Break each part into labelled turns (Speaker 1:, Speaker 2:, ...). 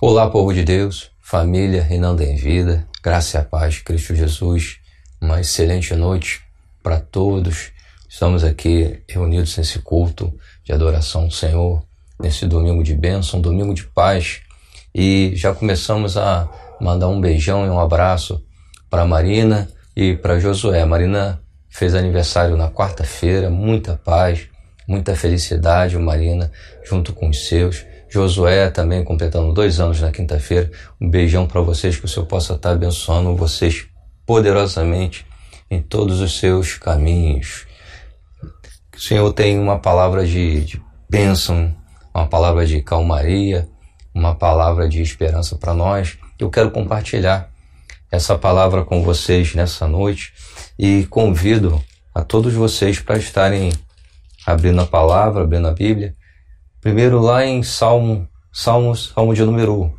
Speaker 1: Olá, povo de Deus, família Reinando em Vida, graça e a paz de Cristo Jesus. Uma excelente noite para todos. Estamos aqui reunidos nesse culto de adoração ao Senhor, nesse domingo de bênção, domingo de paz. E já começamos a mandar um beijão e um abraço para Marina e para Josué. A Marina fez aniversário na quarta-feira, muita paz, muita felicidade, Marina, junto com os seus. Josué também completando 2 anos na quinta-feira. Um beijão para vocês, que o Senhor possa estar abençoando vocês poderosamente em todos os seus caminhos. Que o Senhor tem uma palavra de bênção, uma palavra de calmaria, uma palavra de esperança para nós. Eu quero compartilhar essa palavra com vocês nessa noite e convido a todos vocês para estarem abrindo a palavra, abrindo a Bíblia. Primeiro lá em Salmo de número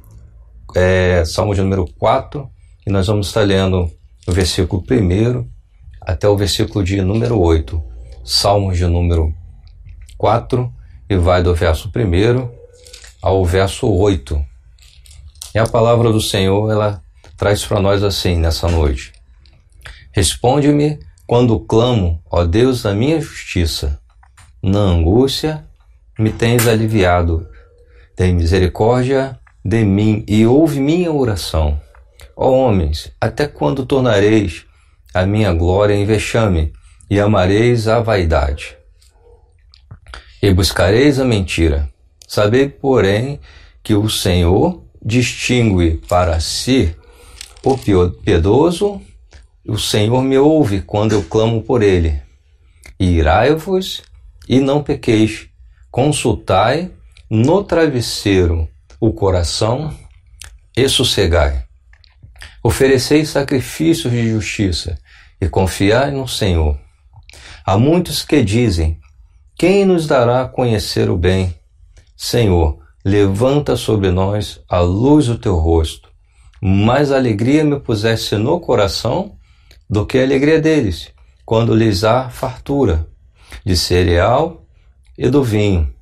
Speaker 1: 4, e nós vamos estar lendo o versículo 1 até o versículo de número 8. Salmos de número 4, e vai do verso 1 ao verso 8. E a palavra do Senhor, ela traz para nós assim, nessa noite. Responde-me quando clamo, ó Deus, da minha justiça. Na angústia me tens aliviado. Tem misericórdia de mim e ouve minha oração. Ó homens, até quando tornareis a minha glória em vexame e amareis a vaidade? E buscareis a mentira. Sabei, porém, que o Senhor distingue para si o piedoso. O Senhor me ouve quando eu clamo por ele. Irai-vos e não pequeis. Consultai no travesseiro o coração e sossegai. Oferecei sacrifícios de justiça e confiai no Senhor. Há muitos que dizem: quem nos dará a conhecer o bem? Senhor, levanta sobre nós a luz do teu rosto. Mais alegria me pusesse no coração do que a alegria deles, quando lhes há fartura de cereal e do vinho.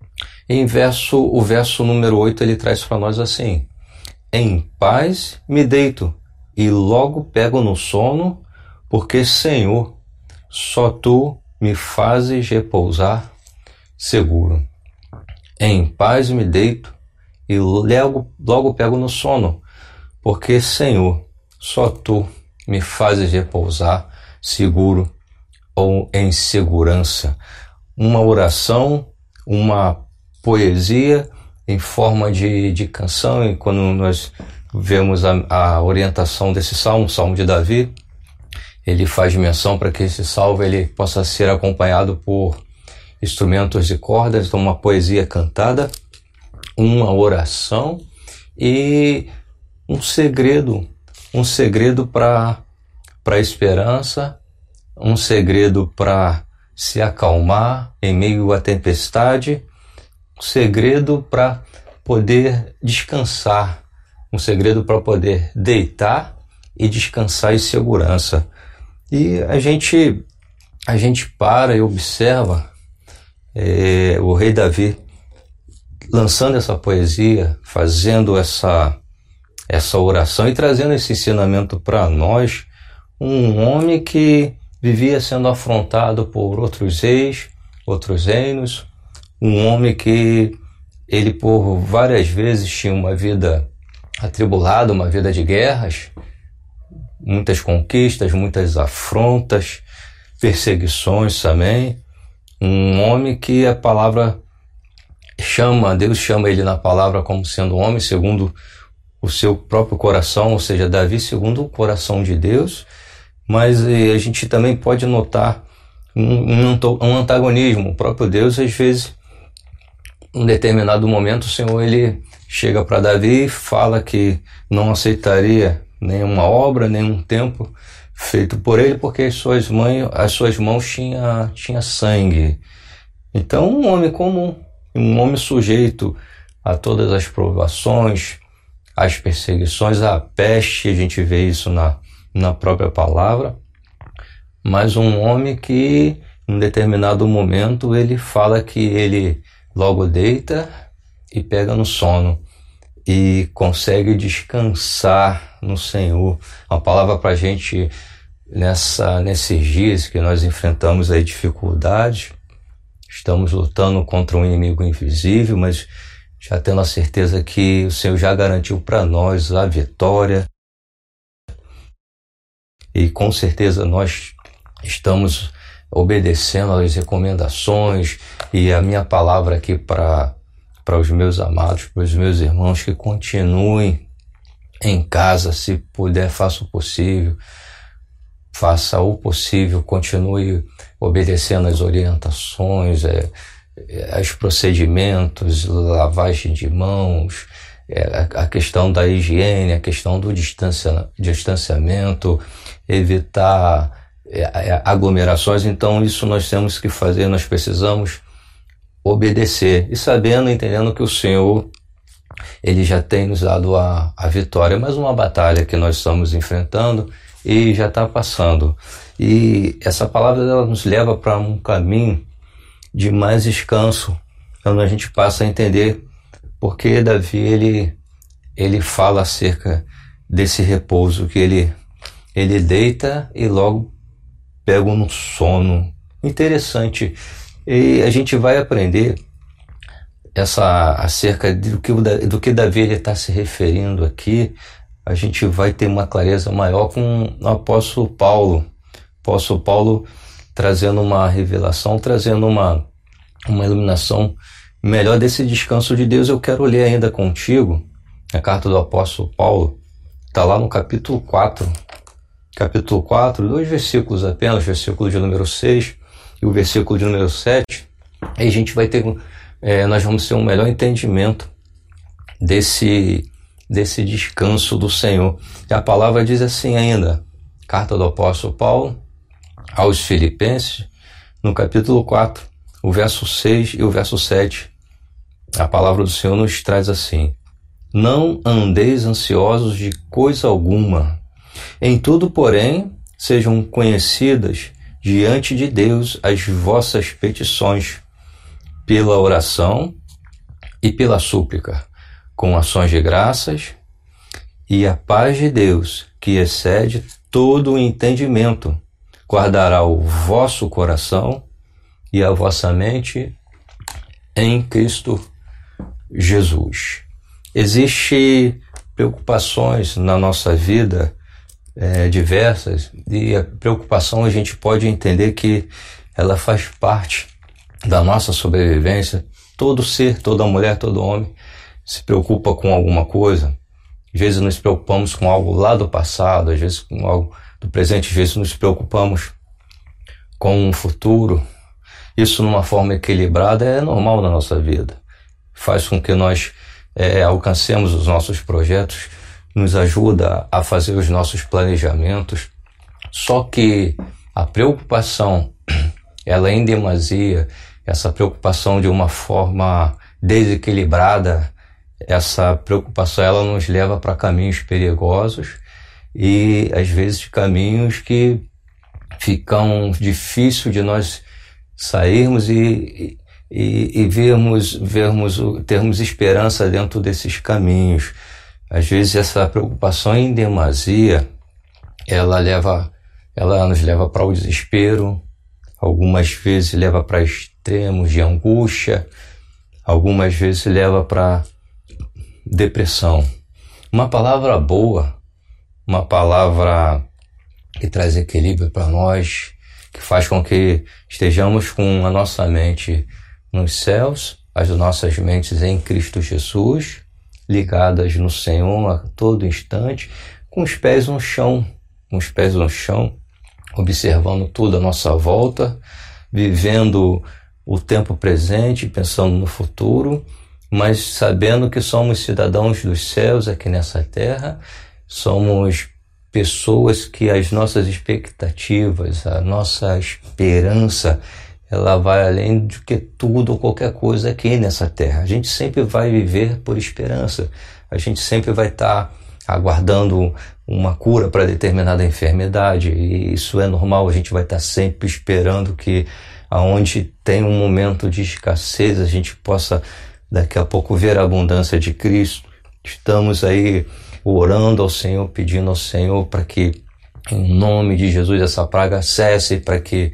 Speaker 1: O verso número 8, ele traz para nós assim: em paz me deito e logo pego no sono, porque, Senhor, só tu me fazes repousar seguro. Em paz me deito e logo pego no sono, porque, Senhor, só tu me fazes repousar seguro ou em segurança. Uma oração, uma poesia em forma de canção, e quando nós vemos a orientação desse salmo, o Salmo de Davi, ele faz menção para que esse salmo ele possa ser acompanhado por instrumentos de cordas, então uma poesia cantada, uma oração e um segredo para a esperança, um segredo para se acalmar em meio à tempestade, um segredo para poder descansar, um segredo para poder deitar e descansar em segurança. E a gente para e observa o rei Davi lançando essa poesia, fazendo essa oração e trazendo esse ensinamento para nós, um homem que vivia sendo afrontado por outros reis, outros reinos, um homem que ele por várias vezes tinha uma vida atribulada, uma vida de guerras, muitas conquistas, muitas afrontas, perseguições também. Um homem que a palavra Deus chama ele na palavra como sendo um homem segundo o seu próprio coração, ou seja, Davi segundo o coração de Deus. Mas a gente também pode notar um antagonismo. O próprio Deus, às vezes, em um determinado momento, o Senhor ele chega para Davi e fala que não aceitaria nenhuma obra, nenhum templo feito por ele, porque as suas mãos tinha sangue. Então, um homem comum, um homem sujeito a todas as provações, as perseguições, a peste, a gente vê isso na própria palavra, mas um homem que, em um determinado momento, ele fala que ele logo deita e pega no sono. e consegue descansar no Senhor. Uma palavra para a gente nesses dias que nós enfrentamos aí dificuldades, estamos lutando contra um inimigo invisível, mas já tendo a certeza que o Senhor já garantiu para nós a vitória, e com certeza nós estamos obedecendo às recomendações. E a minha palavra aqui para os meus amados, para os meus irmãos, que continuem em casa, se puder, faça o possível, continue obedecendo às orientações, aos procedimentos, lavagem de mãos, a questão da higiene, a questão do distanciamento, evitar aglomerações. Então isso nós temos que fazer, nós precisamos obedecer e sabendo, entendendo que o Senhor, Ele já tem nos dado a vitória. Mais uma batalha que nós estamos enfrentando e já está passando. E essa palavra ela nos leva para um caminho de mais descanso, quando a gente passa a entender porque Davi ele fala acerca desse repouso, que ele deita e logo pega um sono. Interessante. E a gente vai aprender acerca do que Davi está se referindo aqui. A gente vai ter uma clareza maior com o apóstolo Paulo. O apóstolo Paulo trazendo uma revelação, trazendo uma iluminação melhor desse descanso de Deus. Eu quero ler ainda contigo a carta do apóstolo Paulo. Está lá no capítulo 4. Capítulo 4, 2 versículos apenas, versículo de número 6 e o versículo de número 7. Aí a gente vai ter, nós vamos ter um melhor entendimento desse descanso do Senhor. E a palavra diz assim ainda, carta do apóstolo Paulo aos Filipenses, no capítulo 4, o verso 6 e o verso 7. A palavra do Senhor nos traz assim: não andeis ansiosos de coisa alguma, em tudo, porém, sejam conhecidas diante de Deus as vossas petições, pela oração e pela súplica, com ações de graças, e a paz de Deus, que excede todo o entendimento, guardará o vosso coração e a vossa mente em Cristo Jesus. Existem preocupações na nossa vida, diversas, e a preocupação a gente pode entender que ela faz parte da nossa sobrevivência. Todo ser, toda mulher, todo homem se preocupa com alguma coisa. Às vezes nos preocupamos com algo lá do passado, às vezes com algo do presente, às vezes nos preocupamos com o futuro. Isso, numa forma equilibrada, é normal na nossa vida. Faz com que nós alcancemos os nossos projetos, nos ajuda a fazer os nossos planejamentos. Só que a preocupação, ela em demasia, essa preocupação de uma forma desequilibrada, essa preocupação ela nos leva para caminhos perigosos e às vezes caminhos que ficam difícil de nós sairmos e termos esperança dentro desses caminhos. Às vezes essa preocupação em demasia, ela nos leva para o desespero, algumas vezes leva para extremos de angústia, algumas vezes leva para depressão. Uma palavra boa, uma palavra que traz equilíbrio para nós, que faz com que estejamos com a nossa mente nos céus, as nossas mentes em Cristo Jesus, ligadas no Senhor a todo instante, com os pés no chão, observando tudo à nossa volta, vivendo o tempo presente, pensando no futuro, mas sabendo que somos cidadãos dos céus aqui nessa terra, somos pessoas que as nossas expectativas, a nossa esperança, ela vai além de que tudo ou qualquer coisa aqui nessa terra. A gente sempre vai viver por esperança. A gente sempre vai estar aguardando uma cura para determinada enfermidade. E isso é normal. A gente vai estar sempre esperando que aonde tem um momento de escassez, a gente possa daqui a pouco ver a abundância de Cristo. estamos aí orando ao Senhor, pedindo ao Senhor para que, em nome de Jesus, essa praga cesse, para que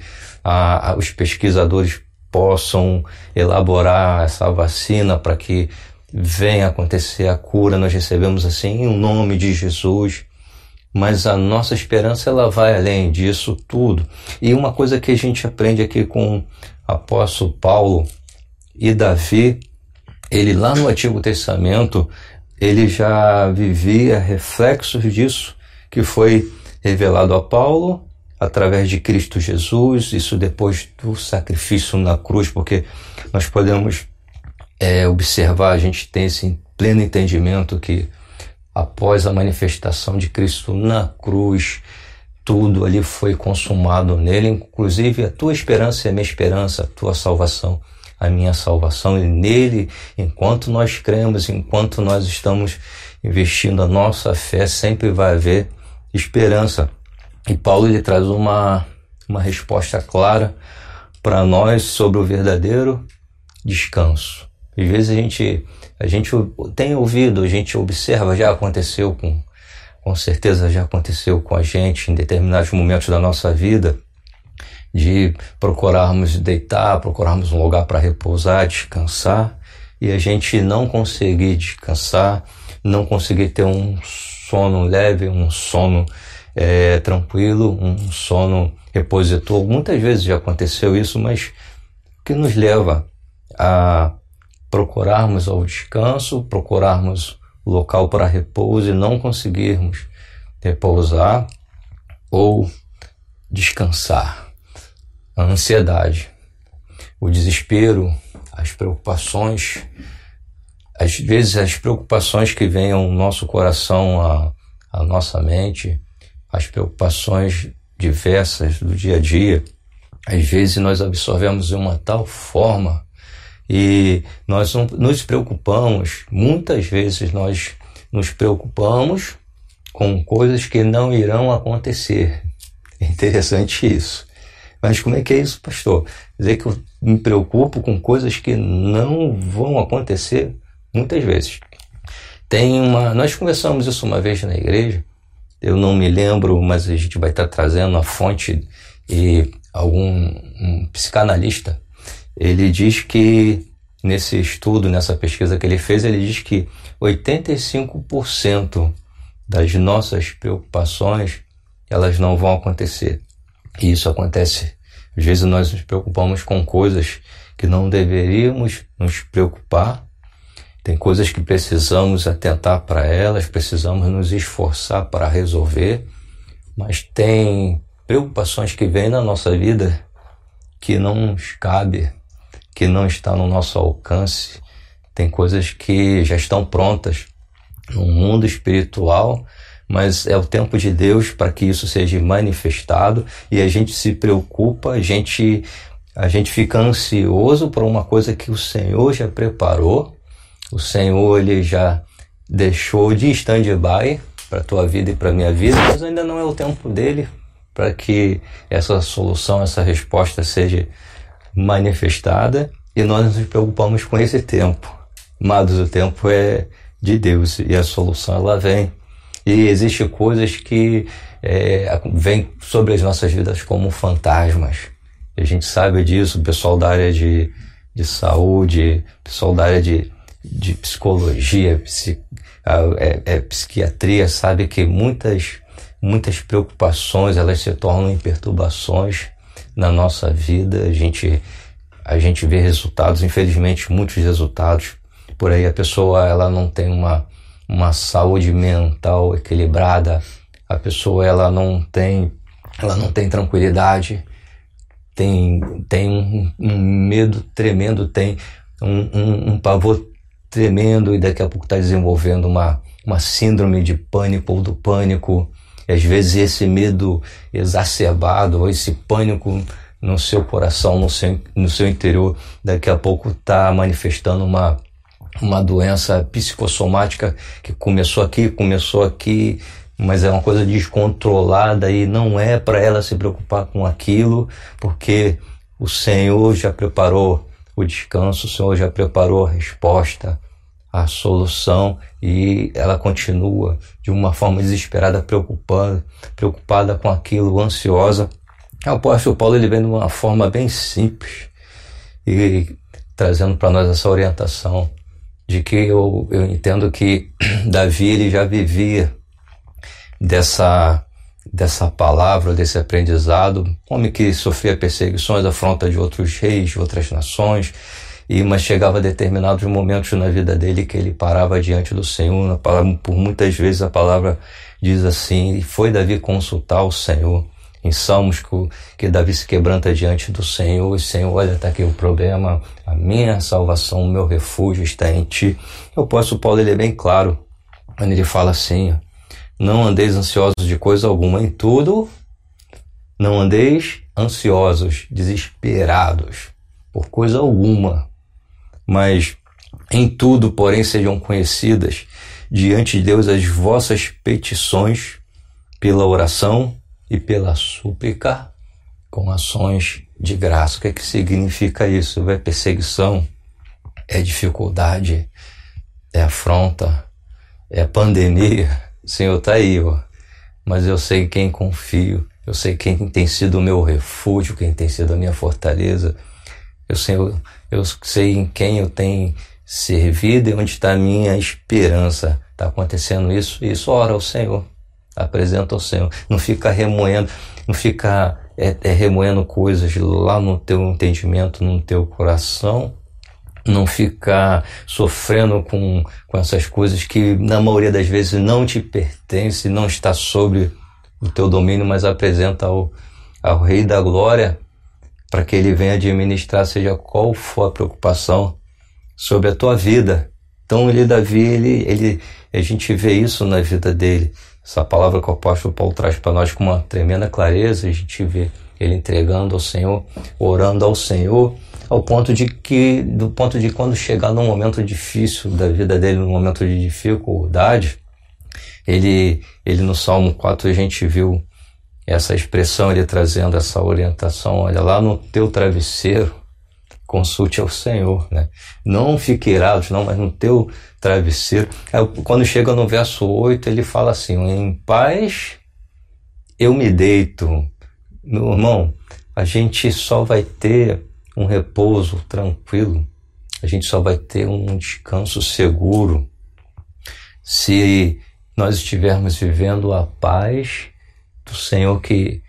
Speaker 1: os pesquisadores possam elaborar essa vacina, para que venha acontecer a cura. Nós recebemos assim em nome de Jesus, mas a nossa esperança ela vai além disso tudo. E uma coisa que a gente aprende aqui com o apóstolo Paulo e Davi, ele lá no Antigo Testamento, ele já vivia reflexos disso que foi revelado a Paulo através de Cristo Jesus, isso depois do sacrifício na cruz, porque nós podemos observar, a gente tem esse pleno entendimento que após a manifestação de Cristo na cruz, tudo ali foi consumado nele, inclusive a tua esperança é a minha esperança, a tua salvação, a minha salvação, e nele, enquanto nós cremos, enquanto nós estamos investindo a nossa fé, sempre vai haver esperança. E Paulo ele traz uma resposta clara para nós sobre o verdadeiro descanso. Às vezes a gente tem ouvido, a gente observa, já aconteceu com certeza já aconteceu com a gente em determinados momentos da nossa vida, de procurarmos deitar, procurarmos um lugar para repousar, descansar, e a gente não conseguir descansar, não conseguir ter um sono leve, um sono tranquilo, um sono repositor. Muitas vezes já aconteceu isso, mas o que nos leva a procurarmos ao descanso, procurarmos local para repouso e não conseguirmos repousar ou descansar? A ansiedade, o desespero, as preocupações, às vezes as preocupações que vêm ao nosso coração, à nossa mente, as preocupações diversas do dia a dia, às vezes nós absorvemos de uma tal forma e nós não nos preocupamos, muitas vezes nós nos preocupamos com coisas que não irão acontecer. É interessante isso. Mas como é que é isso, pastor? Quer dizer que eu me preocupo com coisas que não vão acontecer muitas vezes. Nós conversamos isso uma vez na igreja, eu não me lembro, mas a gente vai estar trazendo a fonte e um psicanalista, ele diz que nesse estudo, nessa pesquisa que ele fez, ele diz que 85% das nossas preocupações, elas não vão acontecer. E isso acontece. Às vezes nós nos preocupamos com coisas que não deveríamos nos preocupar. Tem coisas que precisamos atentar para elas, precisamos nos esforçar para resolver, mas tem preocupações que vêm na nossa vida que não nos cabe, que não está no nosso alcance. Tem coisas que já estão prontas no mundo espiritual, mas é o tempo de Deus para que isso seja manifestado, e a gente se preocupa, a gente fica ansioso por uma coisa que o Senhor já preparou. O Senhor ele já deixou de stand-by para a tua vida e para a minha vida, mas ainda não é o tempo dele para que essa solução, essa resposta seja manifestada, e nós nos preocupamos com esse tempo. Amados, o tempo é de Deus e a solução ela vem. E existem coisas que vêm sobre as nossas vidas como fantasmas. A gente sabe disso, o pessoal da área de saúde, o pessoal da área de psicologia, psiquiatria, sabe que muitas preocupações elas se tornam em perturbações na nossa vida. A gente vê resultados, infelizmente muitos resultados. Por aí a pessoa ela não tem uma saúde mental equilibrada, a pessoa ela não tem tranquilidade, tem um medo tremendo, tem um pavor tremendo, e daqui a pouco está desenvolvendo uma síndrome de pânico ou do pânico. E às vezes esse medo exacerbado, ou esse pânico no seu coração, no seu interior, daqui a pouco está manifestando uma doença psicossomática que começou aqui, mas é uma coisa descontrolada, e não é para ela se preocupar com aquilo, porque o Senhor já preparou o descanso, o Senhor já preparou a resposta, a solução, e ela continua de uma forma desesperada, preocupada com aquilo, ansiosa. O apóstolo Paulo, ele vem de uma forma bem simples e trazendo para nós essa orientação de que eu entendo que Davi, ele já vivia dessa palavra, desse aprendizado, homem que sofria perseguições, afronta de outros reis, de outras nações, mas chegava a determinados momentos na vida dele que ele parava diante do Senhor. Por muitas vezes a palavra diz assim, e foi Davi consultar o Senhor. Em Salmos, que Davi se quebranta diante do Senhor, e Senhor, olha, está aqui o problema, a minha salvação, o meu refúgio está em Ti. O apóstolo Paulo, ele é bem claro, quando ele fala assim, não andeis ansiosos de coisa alguma, em tudo, não andeis ansiosos, desesperados, por coisa alguma, mas em tudo, porém, sejam conhecidas diante de Deus as vossas petições pela oração e pela súplica com ações de graça. O que é que significa isso? É perseguição, é dificuldade, é afronta, é pandemia. O Senhor está aí, mas eu sei quem confio, eu sei quem tem sido o meu refúgio, quem tem sido a minha fortaleza. Eu sei em quem eu tenho servido e onde está a minha esperança. Está acontecendo isso, ora ao Senhor, apresenta ao Senhor. Não fica remoendo, não fica remoendo coisas lá no teu entendimento, no teu coração. Não fica sofrendo com essas coisas que na maioria das vezes não te pertencem, não está sobre o teu domínio, mas apresenta ao Rei da Glória, para que ele venha administrar, seja qual for a preocupação sobre a tua vida. Então Davi, a gente vê isso na vida dele. Essa palavra que o apóstolo Paulo traz para nós com uma tremenda clareza, a gente vê ele entregando ao Senhor, orando ao Senhor, do ponto de quando chegar num momento difícil da vida dele, num momento de dificuldade, ele no Salmo 4 a gente viu essa expressão, ele trazendo essa orientação, olha, lá no teu travesseiro, consulte ao Senhor, né? Não fique irado, não, mas no teu travesseiro. Quando chega no verso 8, ele fala assim, em paz eu me deito. Meu irmão, a gente só vai ter um repouso tranquilo, a gente só vai ter um descanso seguro se nós estivermos vivendo a paz do Senhor que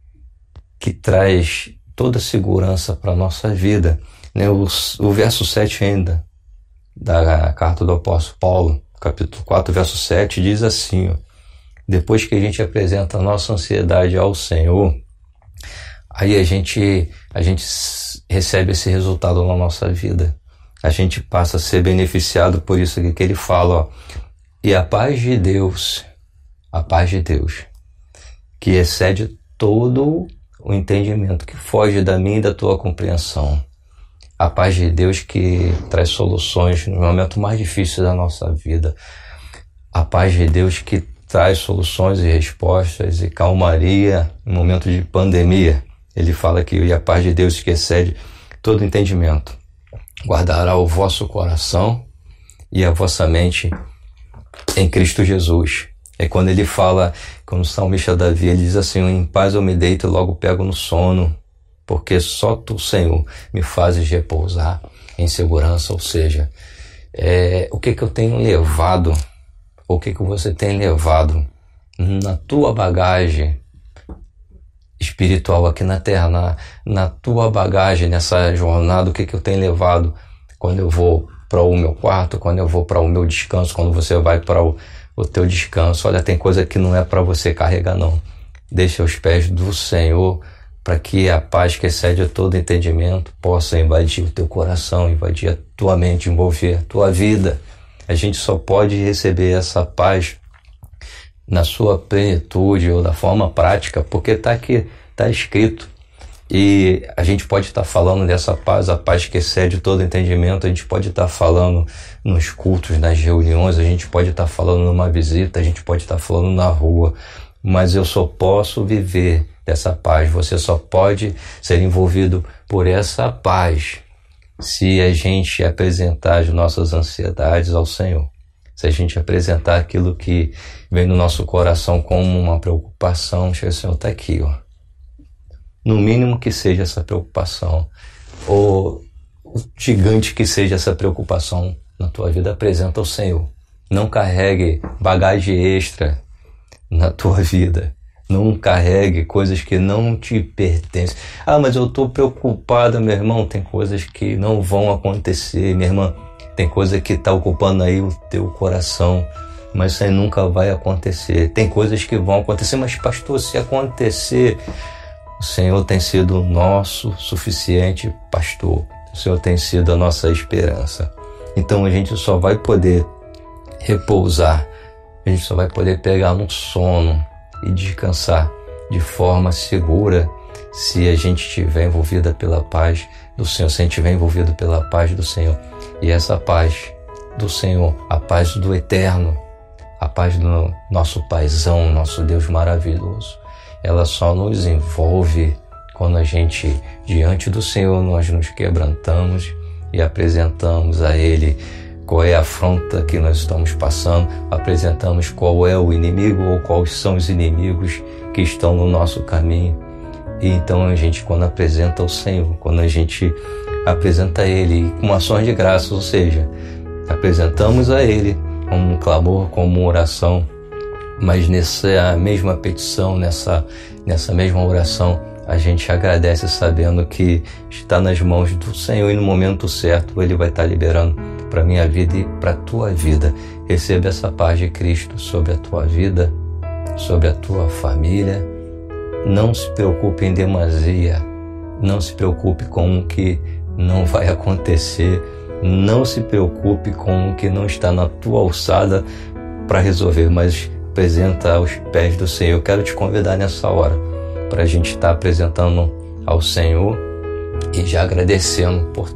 Speaker 1: traz toda a segurança para a nossa vida. O verso 7 ainda da carta do apóstolo Paulo, capítulo 4, verso 7, diz assim, depois que a gente apresenta a nossa ansiedade ao Senhor, aí a gente recebe esse resultado na nossa vida. A gente passa a ser beneficiado por isso que ele fala, e a paz de Deus, que excede todo o entendimento, que foge da minha e da tua compreensão. A paz de Deus que traz soluções no momento mais difícil da nossa vida. A paz de Deus que traz soluções e respostas e calmaria no momento de pandemia. Ele fala que e a paz de Deus que excede todo entendimento guardará o vosso coração e a vossa mente em Cristo Jesus. É quando ele fala, quando o salmista Davi, ele diz assim, em paz eu me deito e logo pego no sono, porque só tu, Senhor, me fazes repousar em segurança. Ou seja, o que eu tenho levado, o que você tem levado na tua bagagem espiritual aqui na terra, na tua bagagem, nessa jornada, o que eu tenho levado quando eu vou para o meu quarto, quando eu vou para o meu descanso, quando você vai para o teu descanso. Olha, tem coisa que não é para você carregar, não. Deixa aos pés do Senhor, para que a paz que excede todo entendimento possa invadir o teu coração, invadir a tua mente, envolver a tua vida. A gente só pode receber essa paz na sua plenitude ou da forma prática, porque está aqui, está escrito. E a gente pode estar falando dessa paz, a paz que excede todo entendimento, a gente pode estar falando nos cultos, nas reuniões, a gente pode estar falando numa visita, a gente pode estar falando na rua, mas eu só posso viver dessa paz, você só pode ser envolvido por essa paz se a gente apresentar as nossas ansiedades ao Senhor, se a gente apresentar aquilo que vem no nosso coração como uma preocupação, o Senhor está aqui, ó. No mínimo que seja essa preocupação, ou o gigante que seja essa preocupação na tua vida, apresenta ao Senhor. Não carregue bagagem extra na tua vida. Não carregue coisas que não te pertencem. Ah, mas eu estou preocupada, meu irmão. Tem coisas que não vão acontecer, minha irmã. Tem coisa que está ocupando aí o teu coração, mas isso aí nunca vai acontecer. Tem coisas que vão acontecer, mas pastor, se acontecer, o Senhor tem sido o nosso suficiente pastor. O Senhor tem sido a nossa esperança. Então a gente só vai poder repousar, a gente só vai poder pegar no sono e descansar de forma segura se a gente estiver envolvida pela paz do Senhor, se a gente estiver envolvido pela paz do Senhor. E essa paz do Senhor, a paz do Eterno, a paz do nosso Paizão, nosso Deus maravilhoso, ela só nos envolve quando a gente, diante do Senhor, nós nos quebrantamos e apresentamos a Ele qual é a afronta que nós estamos passando, apresentamos qual é o inimigo ou quais são os inimigos que estão no nosso caminho. E então a gente, quando apresenta ao Senhor, quando a gente apresenta a Ele com ações de graça, ou seja, apresentamos a Ele como um clamor, como uma oração, mas nessa mesma petição, nessa mesma oração, a gente agradece sabendo que está nas mãos do Senhor e no momento certo Ele vai estar liberando para a minha vida e para a tua vida. Receba essa paz de Cristo sobre a tua vida, sobre a tua família. Não se preocupe em demasia, não se preocupe com o que não vai acontecer, não se preocupe com o que não está na tua alçada para resolver, mas apresenta aos pés do Senhor. Eu quero te convidar nessa hora para a gente estar apresentando ao Senhor e já agradecendo por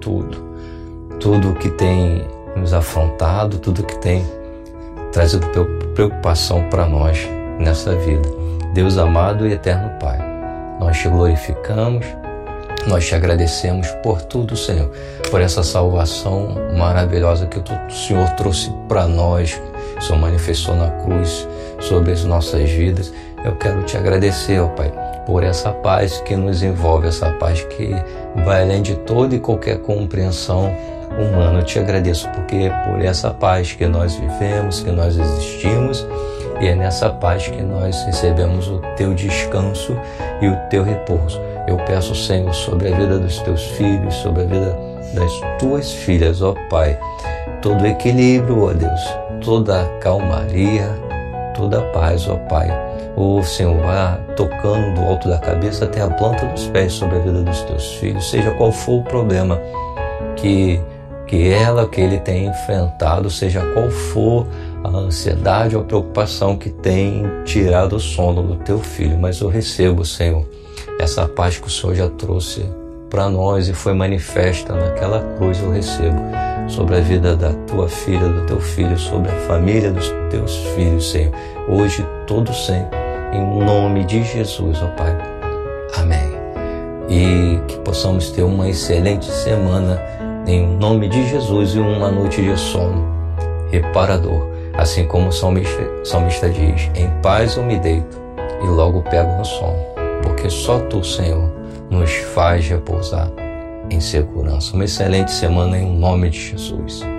Speaker 1: tudo que tem nos afrontado, tudo que tem trazido preocupação para nós nessa vida. Deus amado e eterno Pai, nós te glorificamos, nós te agradecemos por tudo, Senhor, por essa salvação maravilhosa que o Senhor trouxe para nós, o Senhor manifestou na cruz sobre as nossas vidas. Eu quero te agradecer, ó Pai, por essa paz que nos envolve, essa paz que vai além de toda e qualquer compreensão humana. Eu te agradeço porque é por essa paz que nós vivemos, que nós existimos, e é nessa paz que nós recebemos o teu descanso e o teu repouso. Eu peço, Senhor, sobre a vida dos teus filhos, sobre a vida das tuas filhas, ó Pai, todo equilíbrio, ó Deus, toda calmaria, toda paz, ó Pai. Ó Senhor, vá tocando do alto da cabeça até a planta dos pés sobre a vida dos teus filhos, seja qual for o problema que ele tem enfrentado, seja qual for a ansiedade ou a preocupação que tem tirado o sono do teu filho. Mas eu recebo, Senhor, essa paz que o Senhor já trouxe para nós e foi manifesta naquela cruz. Eu recebo sobre a vida da tua filha, do teu filho, sobre a família dos teus filhos, Senhor, hoje, todo sempre, em nome de Jesus, ó Pai. Amém. E que possamos ter uma excelente semana em nome de Jesus e uma noite de sono reparador, assim como o salmista diz: em paz eu me deito e logo pego no sono, porque só tu, Senhor, nos faz repousar em segurança. Uma excelente semana em nome de Jesus.